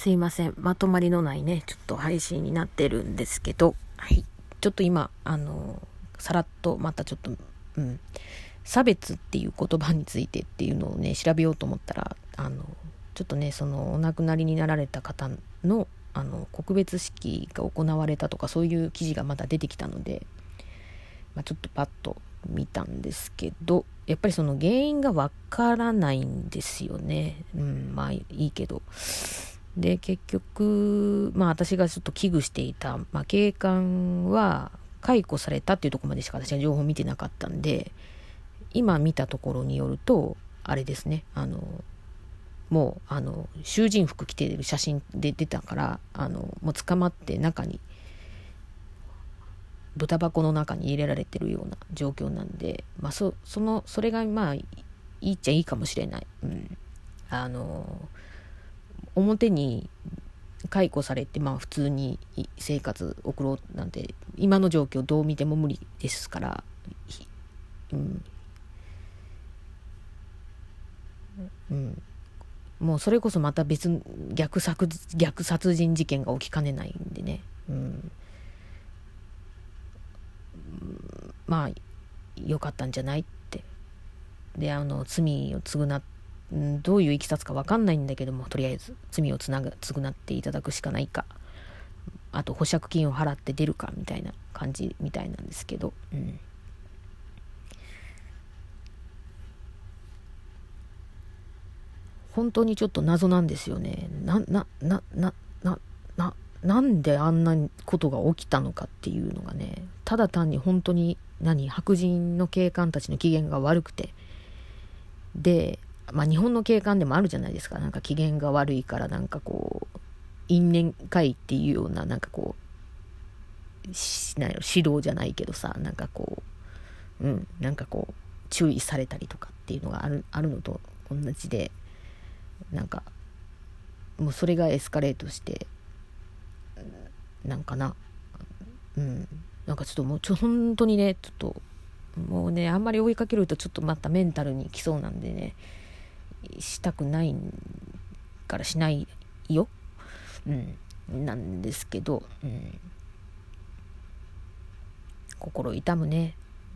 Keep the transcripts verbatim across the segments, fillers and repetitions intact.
すいません、まとまりのないねちょっと配信になってるんですけど、はい、ちょっと今あのさらっとまたちょっと、うん、差別っていう言葉についてっていうのをね調べようと思ったら、あのちょっとねそのお亡くなりになられた方のあの告別式が行われたとかそういう記事がまだ出てきたので、まあ、ちょっとパッと見たんですけど、やっぱりその原因がわからないんですよね。うん、まあいいけど。で、結局、まあ私がちょっと危惧していた、まあ警官は解雇されたっていうところまでしか私は情報を見てなかったんで、今見たところによると、あれですね、あの、もう、あの、囚人服着てる写真で出たから、あの、もう捕まって中に、豚箱の中に入れられてるような状況なんで、まあそ、その、それがまあ、いいっちゃいいかもしれない。うん。あの、表に解雇されて、まあ普通に生活送ろうなんて、今の状況どう見ても無理ですから、うん。うん。もうそれこそまた別逆殺逆殺人事件が起きかねないんでね。うん。まあ良かったんじゃないって。で、あの罪を償っどういういきさつか分かんないんだけども、とりあえず罪をつなぐ償っていただくしかないか、あと保釈金を払って出るかみたいな感じみたいなんですけど、うん、本当にちょっと謎なんですよね。なななななななんであんなことが起きたのかっていうのがね、ただ単に本当に何白人の警官たちの機嫌が悪くて、でまあ日本の警官でもあるじゃないですか。なんか機嫌が悪いからなんかこう因縁会っていうようななんかこうしなんやろ指導じゃないけどさ、なんかこううんなんかこう注意されたりとかっていうのがあるあるのと同じで、なんかもうそれがエスカレートしてなんかなうんなんかちょっともうちょ本当にねちょっともうねあんまり追いかけるとちょっとまたメンタルにきそうなんでねしたくないからしないよ、うん、なんですけど、うん、心痛むね、うん、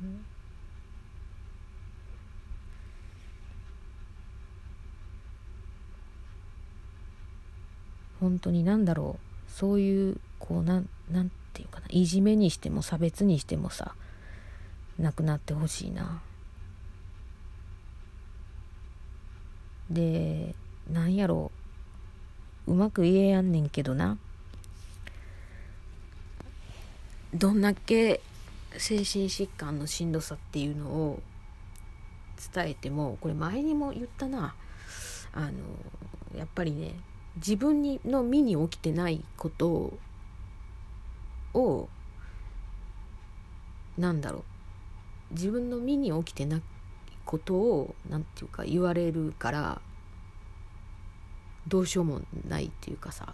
本当になんだろう、そういうこうなんなんていうかな、いじめにしても差別にしてもさなくなってほしいな。でなんやろう、うまく言えやんねんけどな、どんだけ精神疾患のしんどさっていうのを伝えても、これ前にも言ったな、あのやっぱりね自分にの身に起きてないことをなんだろう自分の身に起きてないことをなんていうか言われるからどうしようもないっていうかさ、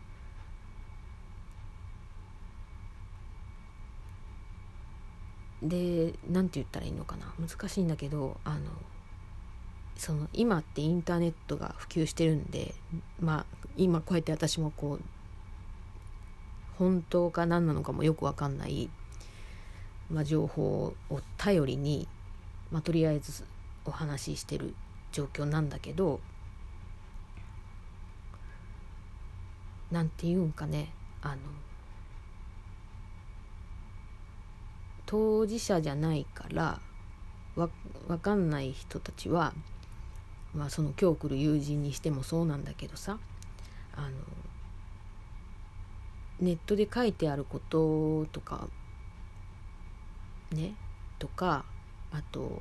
でなんて言ったらいいのかな、難しいんだけど、あのその今ってインターネットが普及してるんで、まあ今こうやって私もこう本当か何なのかもよく分かんない、まあ、情報を頼りに、まあ、とりあえずお話ししてる状況なんだけど、なんていうんかね、あの当事者じゃないからわ分かんない人たちは、まあ、その今日来る友人にしてもそうなんだけどさ、あのネットで書いてあることとかねとか、あと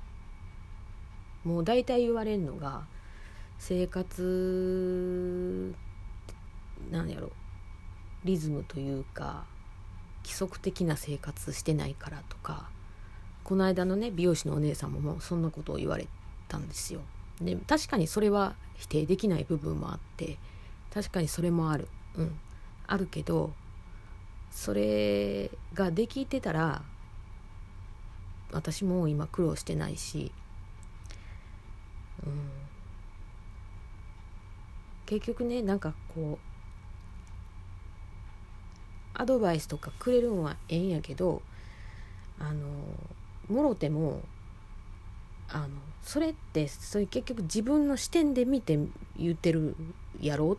もう大体言われるのが生活なんやろリズムというか規則的な生活してないからとか、この間のね美容師のお姉さんももうそんなことを言われたんですよ。で確かにそれは否定できない部分もあって、確かにそれもある、うんあるけど、それができてたら私も今苦労してないし、うん、 結局ね、なんかこうアドバイスとかくれるんはええんやけど、あのもろてもあのそれってそれ結局自分の視点で見て言ってるやろって、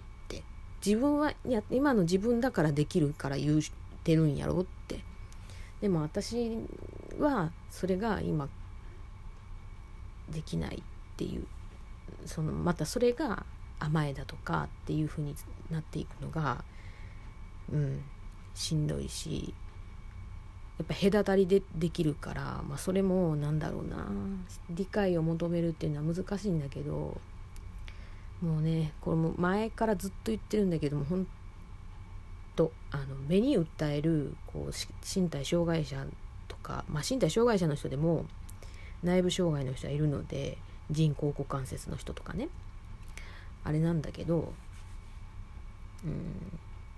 自分はいや今の自分だからできるから言ってるんやろって。でも私はそれが今できないっていう、そのまたそれが甘えだとかっていう風になっていくのが、うん、しんどいし、やっぱ隔たりでできるから、まあ、それもなんだろうな、理解を求めるっていうのは難しいんだけど、もうねこれも前からずっと言ってるんだけども、本当あの目に訴えるこう身体障害者とか、まあ、身体障害者の人でも内部障害の人はいるので、人工股関節の人とかね、あれなんだけど、うん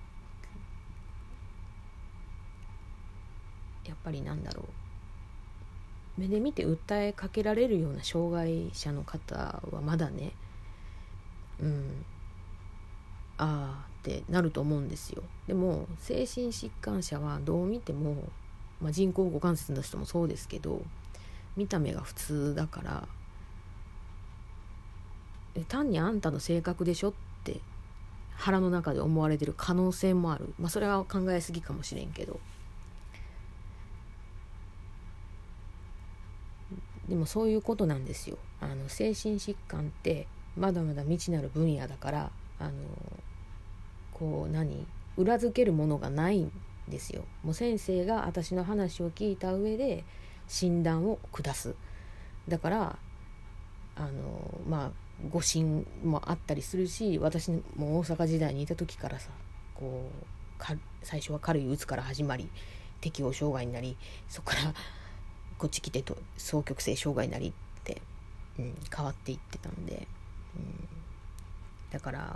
やっぱりなんだろう、目で見て訴えかけられるような障害者の方はまだね、うんああってなると思うんですよ。でも精神疾患者はどう見ても、まあ、人工股関節の人もそうですけど、見た目が普通だから、単にあんたの性格でしょって腹の中で思われてる可能性もある。まあそれは考えすぎかもしれんけど、でもそういうことなんですよ。あの精神疾患ってまだまだ未知なる分野だから、あのこう何裏付けるものがないんですよ。もう先生が私の話を聞いた上で診断を下す。だからあのまあ誤診もあったりするし、私も大阪時代にいた時からさ、こうか最初は軽いうつから始まり、適応障害になり、そこからこっち来てと双極性障害になりって、うん、変わっていってたんで、うん、だから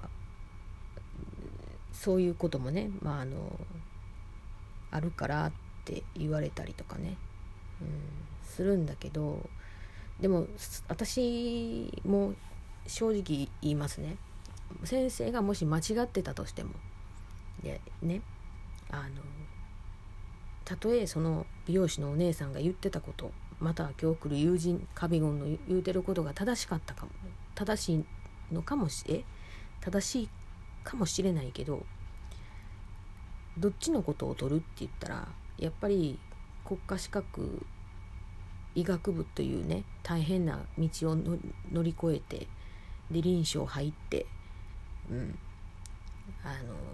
そういうこともね、まあ、あのあるからって言われたりとかね、うん、するんだけど、でも私も正直言いますね。先生がもし間違ってたとしてもでね、あのたとえその美容師のお姉さんが言ってたこと、または今日来る友人カビゴンの言うてることが正しかったかも、正しいのかもしれ正しいかもしれないけど、どっちのことを取るって言ったら、やっぱり国家資格医学部というね大変な道をの乗り越えて、で臨床入って、うんあの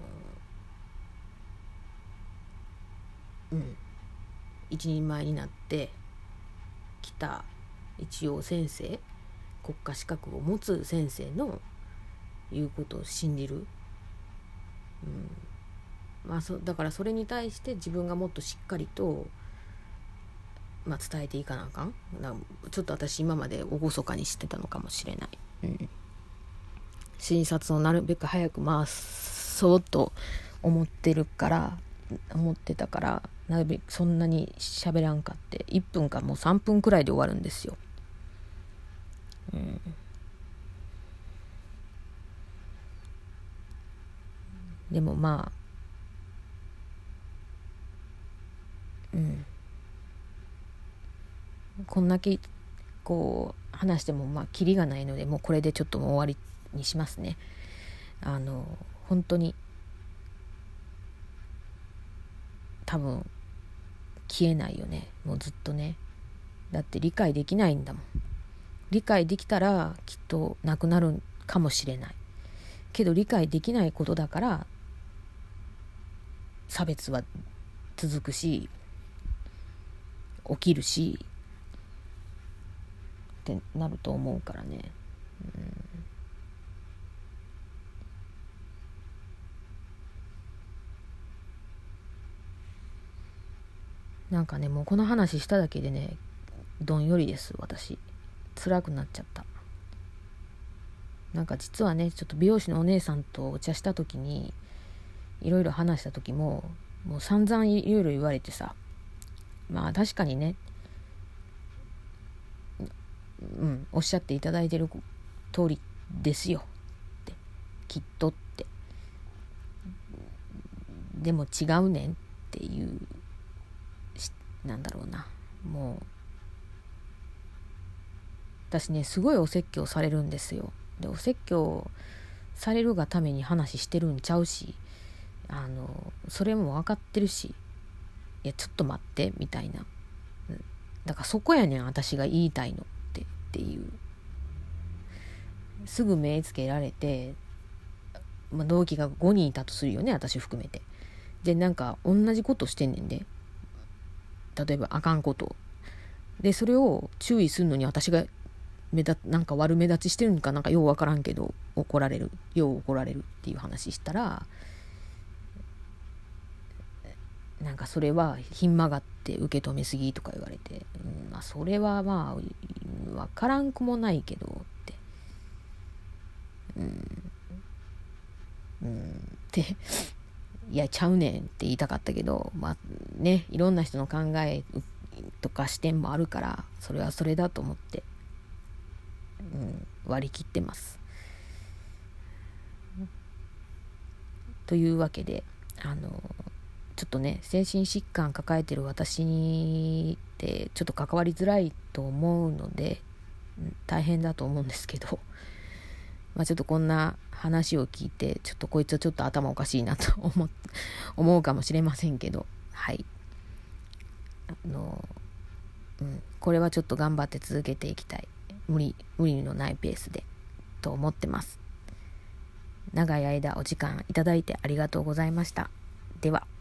うん一人前になってきた一応先生、国家資格を持つ先生の言うことを信じる、うんまあ、そだからそれに対して自分がもっとしっかりと、まあ、伝えていかなあかんな。ちょっと私今まで厳かにしてたのかもしれない、うん、診察をなるべく早く回そうと思ってるから思ってたからなるべくそんなに喋らんかって、いっぷんかもうさんぷんくらいで終わるんですよ、うん、でもまあうんこんだけこう話してもまあキリがないので、もうこれでちょっともう終わりにしますね。あの本当に多分消えないよね、もうずっとね。だって理解できないんだもん。理解できたらきっとなくなるかもしれないけど、理解できないことだから差別は続くし起きるしってなると思うからね、うん、なんかねもうこの話しただけでねどんよりです。私辛くなっちゃった。なんか実はねちょっと美容師のお姉さんとお茶した時にいろいろ話した時ももう散々いろいろ言われてさ、まあ確かにね、うん、おっしゃっていただいてる通りですよって、 きっとって。でも違うねんっていう、なんだろうな、もう私ねすごいお説教されるんですよ。でお説教されるがために話してるんちゃうし、あのそれも分かってるし、いやちょっと待ってみたいな、だからそこやねん私が言いたいのってっていう、すぐ目つけられて、まあ、同期がごにんいたとするよね、私含めて。でなんか同じことしてんねんで、例えばあかんことで、それを注意するのに私が目立なんか悪目立ちしてるんかなんかようわからんけど怒られる、よう怒られるっていう話したら、なんかそれはひん曲がって受け止めすぎとか言われて、うん、まあそれはまあわからんくもないけどって、うんうんっていやちゃうねんって言いたかったけど、まあね、いろんな人の考えとか視点もあるから、それはそれだと思って、うん、割り切ってます。というわけで、あのちょっとね精神疾患抱えてる私にってちょっと関わりづらいと思うので、うん、大変だと思うんですけど、まあ、ちょっとこんな話を聞いてちょっとこいつはちょっと頭おかしいなと思思うかもしれませんけど、はいあの、うん、これはちょっと頑張って続けていきたい、無理無理のないペースでと思ってます。長い間お時間いただいてありがとうございました。では。